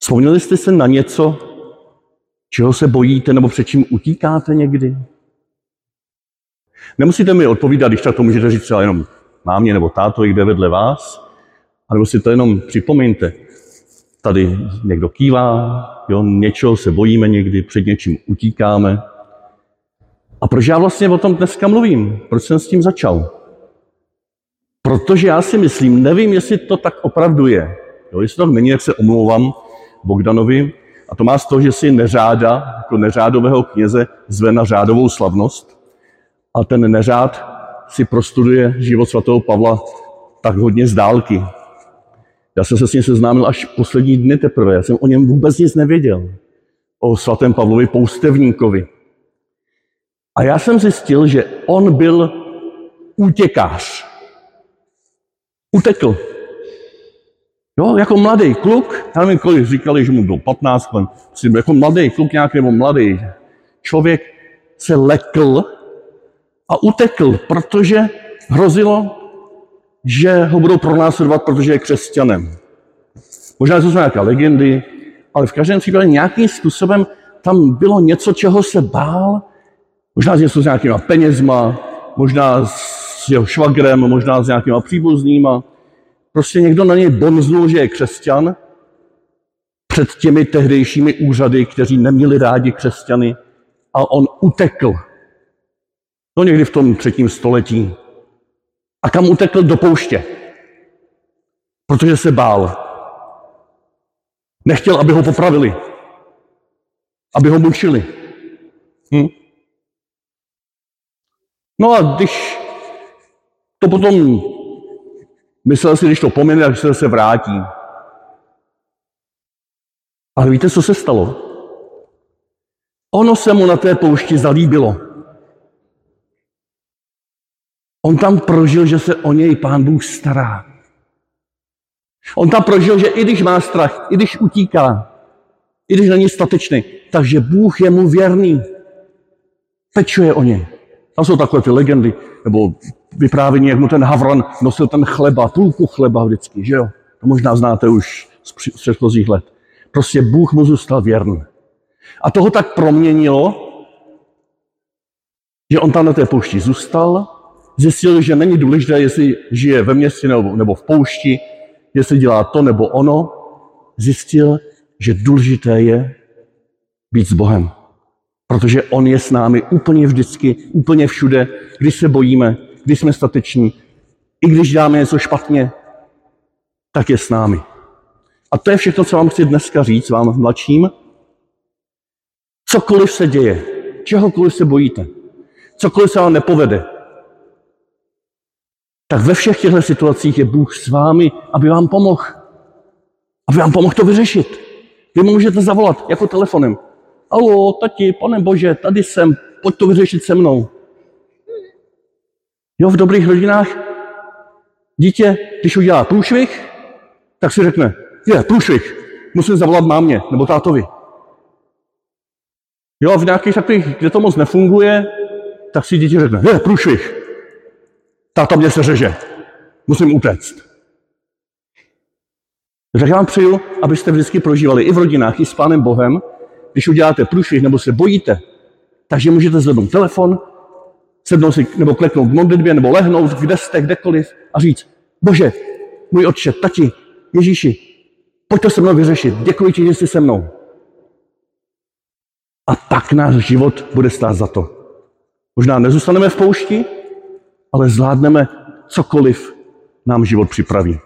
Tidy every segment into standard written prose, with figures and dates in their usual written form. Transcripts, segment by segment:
Vzpomněli jste se na něco, čeho se bojíte nebo před čím utíkáte někdy? Nemusíte mi odpovídat, když tak to můžete říct třeba jenom mámě nebo tátovi, kde vedle vás, ale si to jenom připomeňte. Tady někdo kývá, jo, něčeho se bojíme někdy, před něčím utíkáme. A proč já vlastně o tom dneska mluvím? Proč jsem s tím začal? Protože já si myslím, nevím, jestli to tak opravdu je. Jo, jestli to tak není, jak se omlouvám Bogdanovi. A to má z toho, že si neřáda, jako neřádového kněze, zve na řádovou slavnost. A ten neřád si prostuduje život svatého Pavla tak hodně z dálky. Já jsem se s ním seznámil až poslední dny teprve. Já jsem o něm vůbec nic nevěděl. O svatém Pavlovi Poustevníkovi. A já jsem zjistil, že on byl útěkář. Utekl. Jo, jako mladý kluk, já nevím, kolik říkali, že mu bylo 15, jako mladý kluk nějaký nebo mladý člověk se lekl a utekl, protože hrozilo, že ho budou pronásledovat, protože je křesťanem. Možná jsou nějaké legendy, ale v každém případě nějakým způsobem tam bylo něco, čeho se bál, možná něco s nějakýma penězma, možná s jeho švagrem, možná s nějakýma příbuznýma. Prostě někdo na něj bonznul, že je křesťan před těmi tehdejšími úřady, kteří neměli rádi křesťany, a on utekl. No někdy v tom 3. století. A kam utekl? Do pouště. Protože se bál. Nechtěl, aby ho popravili. Aby ho mučili. No a když to potom myslel si, když to pomine, tak se vrátí. Ale víte, co se stalo? Ono se mu na té poušti zalíbilo. On tam prožil, že se o něj Pán Bůh stará. On tam prožil, že i když má strach, i když utíká, i když není statečný, takže Bůh je mu věrný. Pečuje o něj. Tam jsou takové ty legendy, nebo vyprávění, jak mu ten Havran nosil ten chleba, půlku chleba vždycky, že jo? To možná znáte už z předchozích let. Prostě Bůh mu zůstal věrný. A toho tak proměnilo, že on tam na té poušti zůstal, zjistil, že není důležité, jestli žije ve městě nebo v poušti, jestli dělá to nebo ono. Zjistil, že důležité je být s Bohem. Protože on je s námi úplně vždycky, úplně všude, když se bojíme, když jsme stateční, i když děláme něco špatně, tak je s námi. A to je všechno, co vám chci dneska říct, vám mladším. Cokoliv se děje, čehokoliv se bojíte, cokoliv se vám nepovede, tak ve všech těchto situacích je Bůh s vámi, aby vám pomohl. Aby vám pomohl to vyřešit. Vy mu můžete zavolat jako telefonem. Alo, tati, Pane Bože, tady jsem, pojď to vyřešit se mnou. Jo, v dobrých rodinách dítě, když udělá průšvih, tak si řekne, průšvih, musím zavolat mámě nebo tátovi. Jo, a v nějakých takových, kde to moc nefunguje, tak si dítě řekne, průšvih, táta mě se řeže, musím utéct. Tak já vám přeju, abyste vždycky prožívali i v rodinách, i s Pánem Bohem, když uděláte průšvih nebo se bojíte, takže můžete zvednout telefon, sednout si nebo kleknout v modlitbě nebo lehnout, kde jste, kdekoliv a říct, Bože, můj Otče, tati, Ježíši, pojď to se mnou vyřešit, děkuji ti, že jsi se mnou. A tak náš život bude stát za to. Možná nezůstaneme v poušti, ale zvládneme cokoliv nám život připraví.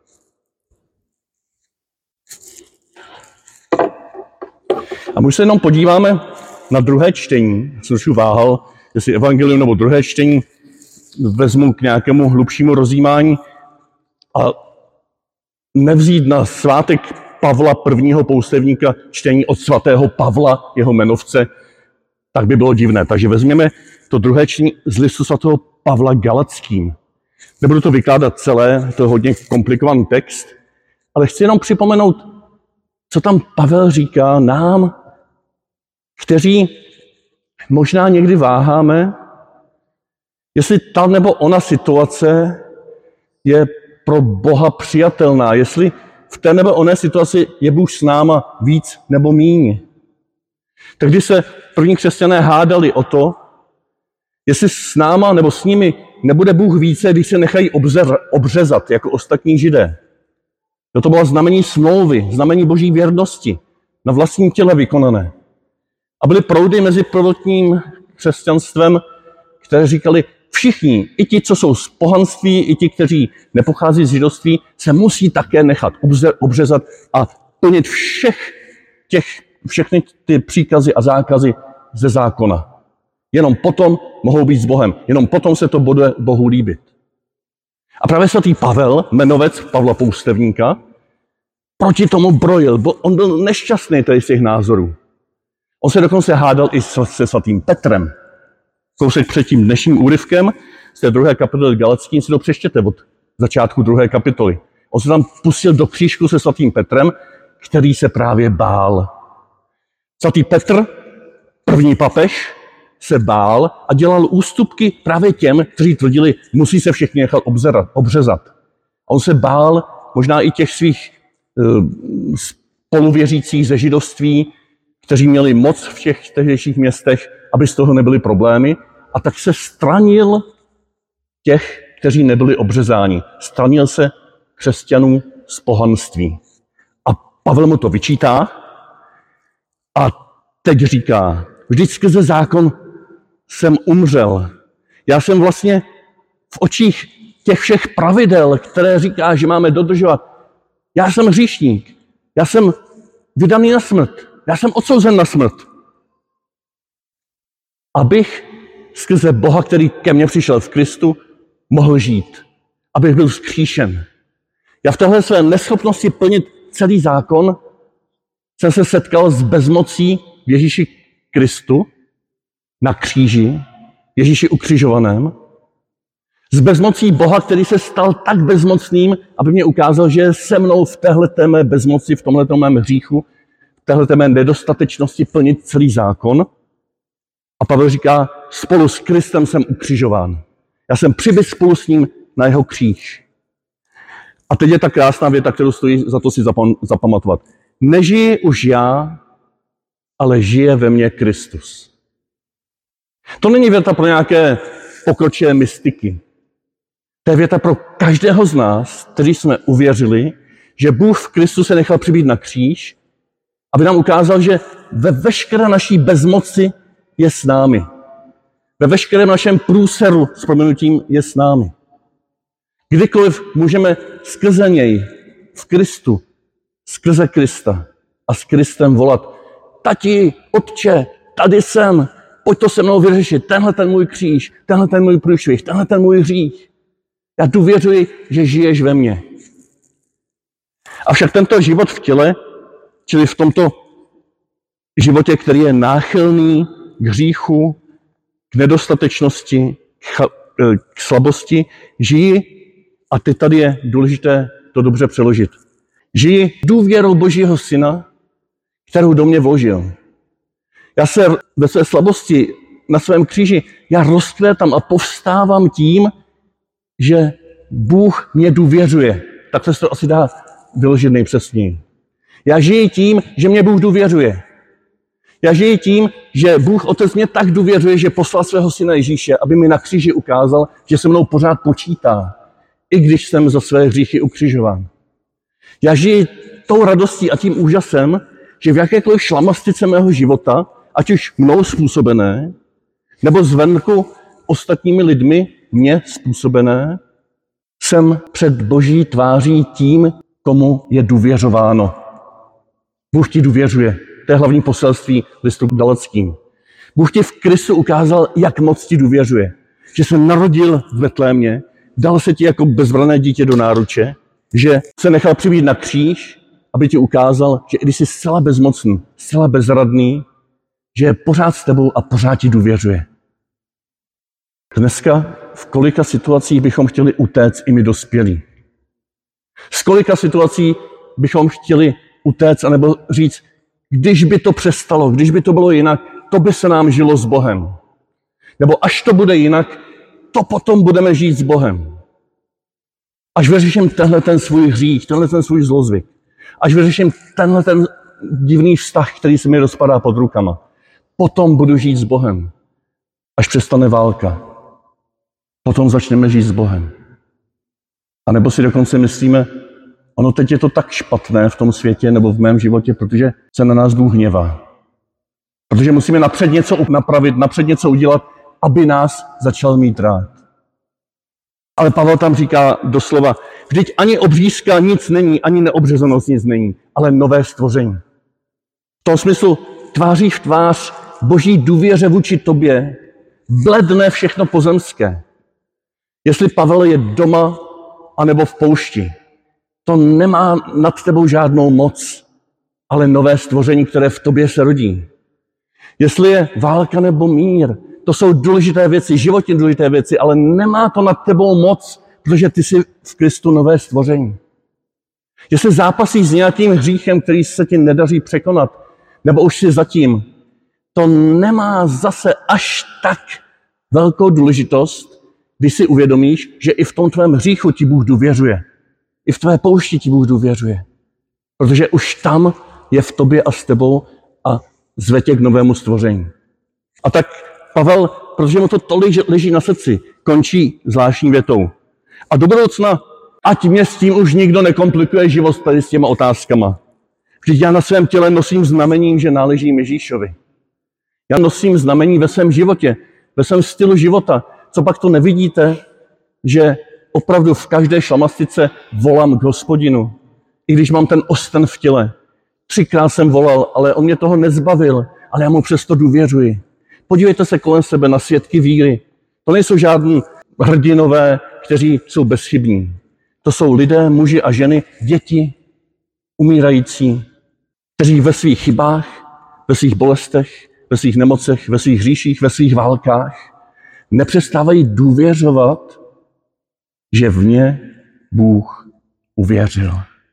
A my se jenom podíváme na druhé čtení. Jsem si váhal, jestli evangelium nebo druhé čtení vezmu k nějakému hlubšímu rozjímání a nevzít na svátek Pavla prvního poustevníka čtení od svatého Pavla, jeho jmenovce, tak by bylo divné. Takže vezměme to druhé čtení z listu svatého Pavla Galackým. Nebudu to vykládat celé, to je hodně komplikovaný text, ale chci jenom připomenout, co tam Pavel říká nám, kteří možná někdy váháme, jestli ta nebo ona situace je pro Boha přijatelná, jestli v té nebo oné situaci je Bůh s náma víc nebo míň. Tak když se první křesťané hádali o to, jestli s náma nebo s nimi nebude Bůh více, když se nechají obřezat jako ostatní Židé. To bylo znamení smlouvy, znamení Boží věrnosti, na vlastním těle vykonané. A byly proudy mezi prvotním křesťanstvem, které říkali, všichni, i ti, co jsou z pohanství, i ti, kteří nepochází z židovství, se musí také nechat obřezat a plnit všechny ty příkazy a zákazy ze zákona. Jenom potom mohou být s Bohem. Jenom potom se to bude Bohu líbit. A právě svatý Pavel, jmenovec Pavla Poustevníka, proti tomu brojil. On byl nešťastný tady z těch názorů. On se dokonce hádal i se svatým Petrem. Kousek před tím dnešním úryvkem z té 2. kapitoly Galackým si to přečtěte od začátku 2. kapitoly. On se tam pustil do křížku se svatým Petrem, který se právě bál. Svatý Petr, první papež, se bál a dělal ústupky právě těm, kteří tvrdili, musí se všichni nechat obřezat. A on se bál možná i těch svých spoluvěřících ze židovství, kteří měli moc v těch tehdejších městech, aby z toho nebyly problémy. A tak se stranil těch, kteří nebyli obřezáni. Stranil se křesťanů z pohanství. A Pavel mu to vyčítá a teď říká, vždyť skrze zákon jsem umřel. Já jsem vlastně v očích těch všech pravidel, které říká, že máme dodržovat. Já jsem hříšník. Já jsem vydaný na smrt. Já jsem odsouzen na smrt. Abych skrze Boha, který ke mně přišel v Kristu, mohl žít. Abych byl vzkříšen. Já v téhle své neschopnosti plnit celý zákon jsem se setkal s bezmocí v Ježíši Kristu na kříži, Ježíši ukřižovaném, s bezmocí Boha, který se stal tak bezmocným, aby mě ukázal, že je se mnou v téhleté mé bezmoci, v tomhletom mém hříchu, v téhleté mé nedostatečnosti plnit celý zákon. A Pavel říká, spolu s Kristem jsem ukřižován. Já jsem přibyt spolu s ním na jeho kříž. A teď je ta krásná věta, kterou stojí za to si zapamatovat. Nežiji už já, ale žije ve mně Kristus. To není věta pro nějaké pokročilé mystiky. To je věta pro každého z nás, kteří jsme uvěřili, že Bůh v Kristu se nechal přibít na kříž, aby nám ukázal, že ve veškeré naší bezmoci je s námi. Ve veškerém našem průseru s prominutím je s námi. Kdykoliv můžeme skrze něj, v Kristu, skrze Krista a s Kristem volat, tati, otče, tady jsem, pojď to se mnou vyřešit, tenhle ten můj kříž, tenhle ten můj průšvih, tenhle ten můj hřích. Já důvěřuji, že žiješ ve mně. Avšak tento život v těle, čili v tomto životě, který je náchylný k hříchu, k nedostatečnosti, k slabosti, žiji, a teď tady je důležité to dobře přeložit, žiji důvěrou Božího Syna, kterou do mě vložil. Já se ve své slabosti na svém kříži, já rozkvétám a povstávám tím, že Bůh mě důvěřuje. Tak se to asi dá vyložit nejpřesněji. Já žiji tím, že mě Bůh důvěřuje. Já žiji tím, že Bůh Otec mě tak důvěřuje, že poslal svého Syna Ježíše, aby mi na kříži ukázal, že se mnou pořád počítá, i když jsem za své hříchy ukřižován. Já žiji tou radostí a tím úžasem, že v jakékoliv šlamastice mého života, ať už mnou způsobené, nebo zvenku ostatními lidmi mě způsobené, jsem před Boží tváří tím, komu je důvěřováno. Bůh ti důvěřuje. To je hlavní poselství listu Galackým. Bůh ti v Kristu ukázal, jak moc ti důvěřuje. Že se narodil v Betlémě, dal se ti jako bezbranné dítě do náruče, že se nechal přibít na kříž, aby ti ukázal, že i když jsi zcela bezmocný, zcela bezradný, že je pořád s tebou a pořád ti důvěřuje. Dneska v kolika situacích bychom chtěli utéct i my dospělí. Z kolika situací bychom chtěli utéct, anebo říct, když by to přestalo, když by to bylo jinak, to by se nám žilo s Bohem. Nebo až to bude jinak, to potom budeme žít s Bohem. Až vyřeším tenhle ten svůj hřích, tenhle ten svůj zlozvyk. až vyřeším tenhle ten divný vztah, který se mi rozpadá pod rukama, potom budu žít s Bohem. Až přestane válka, potom začneme žít s Bohem. A nebo si dokonce myslíme, ono teď je to tak špatné v tom světě nebo v mém životě, protože se na nás Bůh hněvá. Protože musíme napřed něco napravit, napřed něco udělat, aby nás začal mít rád. Ale Pavel tam říká doslova, vždyť ani obřízka nic není, ani neobřezanost nic není, ale nové stvoření. V tom smyslu tváří v tvář Boží důvěře vůči tobě bledne všechno pozemské. Jestli Pavel je doma anebo v poušti, to nemá nad tebou žádnou moc, ale nové stvoření, které v tobě se rodí. Jestli je válka nebo mír, to jsou důležité věci, životně důležité věci, ale nemá to nad tebou moc, protože ty jsi v Kristu nové stvoření. Jestli zápasíš s nějakým hříchem, který se ti nedaří překonat, nebo už si zatím, to nemá zase až tak velkou důležitost, když si uvědomíš, že i v tom tvém hříchu ti Bůh důvěřuje. I v tvé poušti ti Bůh důvěřuje. Protože už tam je v tobě a s tebou a zve tě k novému stvoření. A tak Pavel, protože mu to tolik leží na srdci, končí zvláštní větou. A do budoucna, ať mě s tím už nikdo nekomplikuje život tady s těma otázkama. Vždyť já na svém těle nosím znamením, že náležím Ježíšovi. Já nosím znamení ve svém životě, ve svém stylu života. Co pak to nevidíte, že opravdu v každé šlamastice volám k Hospodinu. I když mám ten osten v těle. 3krát jsem volal, ale on mě toho nezbavil, ale já mu přesto důvěřuji. Podívejte se kolem sebe na svědky víry. To nejsou žádní hrdinové, kteří jsou bezchybní. To jsou lidé, muži a ženy, děti, umírající, kteří ve svých chybách, ve svých bolestech, ve svých nemocech, ve svých hříších, ve svých válkách nepřestávají důvěřovat, že v ně Bůh uvěřil.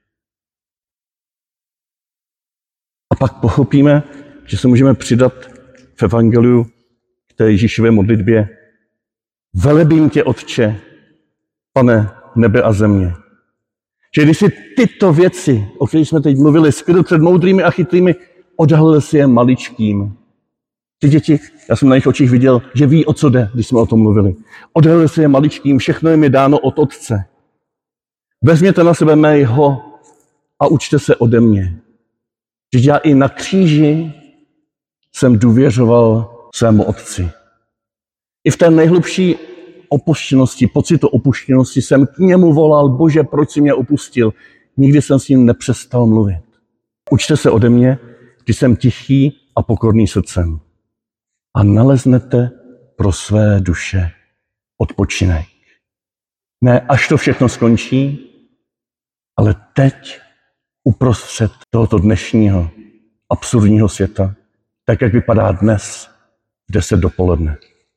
A pak pochopíme, že se můžeme přidat v evangeliu k té Ježíšové modlitbě. Velebím tě, Otče, Pane nebe a země. Že když si tyto věci, o kterých jsme teď mluvili, skryl před moudrými a chytrými, odhalil si je maličkým. Ty děti, já jsem na jejich očích viděl, že ví, o co jde, když jsme o tom mluvili. Odhalil si je maličkým, všechno jim je dáno od Otce. Vezměte na sebe mého a učte se ode mě. Že já i na kříži jsem důvěřoval svému Otci. I v té nejhlubší opuštěnosti, pocitu opuštěnosti jsem k němu volal, Bože, proč jsi mě opustil? Nikdy jsem s ním nepřestal mluvit. Učte se ode mě, když jsem tichý a pokorný srdcem. A naleznete pro své duše odpočinek. Ne až to všechno skončí, ale teď uprostřed tohoto dnešního absurdního světa, tak jak vypadá dnes v 10 dopoledne.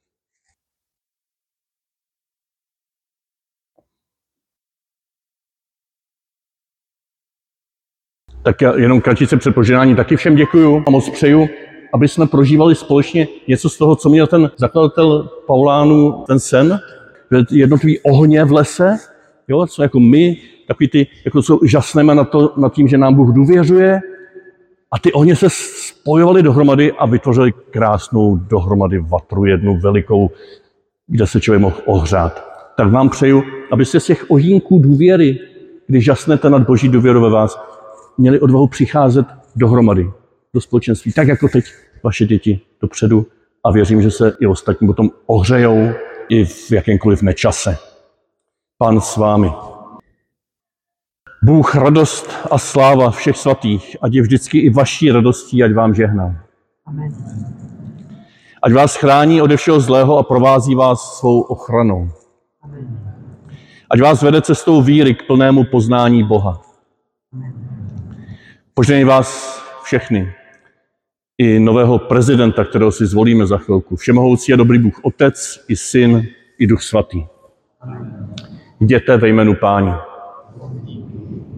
Tak já jenom kratice před požehnáním taky všem děkuju a moc přeju, aby jsme prožívali společně něco z toho, co měl ten zakladatel Paulánu, ten sen, jednotlivý ohně v lese, jo, co jako my, takový ty, jako co žasneme nad tím, že nám Bůh důvěřuje, a ty ohně se spojovaly dohromady a vytvořily krásnou dohromady vatru, jednu velikou, kde se člověk mohl ohřát. Tak vám přeju, abyste z těch ohýnků důvěry, když žasnete nad Boží důvěru ve vás, měli odvahu přicházet dohromady, do společenství, tak jako teď vaše děti dopředu, a věřím, že se i ostatní potom ohřejou i v jakémkoliv nečase. Pán s vámi. Bůh, radost a sláva všech svatých, ať je vždycky i vaší radostí, ať vám žehná. Amen. Ať vás chrání ode všeho zlého a provází vás svou ochranou. Amen. Ať vás vede cestou víry k plnému poznání Boha. Amen. Požehnej vás všechny, i nového prezidenta, kterého si zvolíme za chvilku. Všemohoucí a dobrý Bůh, Otec, i Syn, i Duch Svatý. Jděte ve jménu Páně.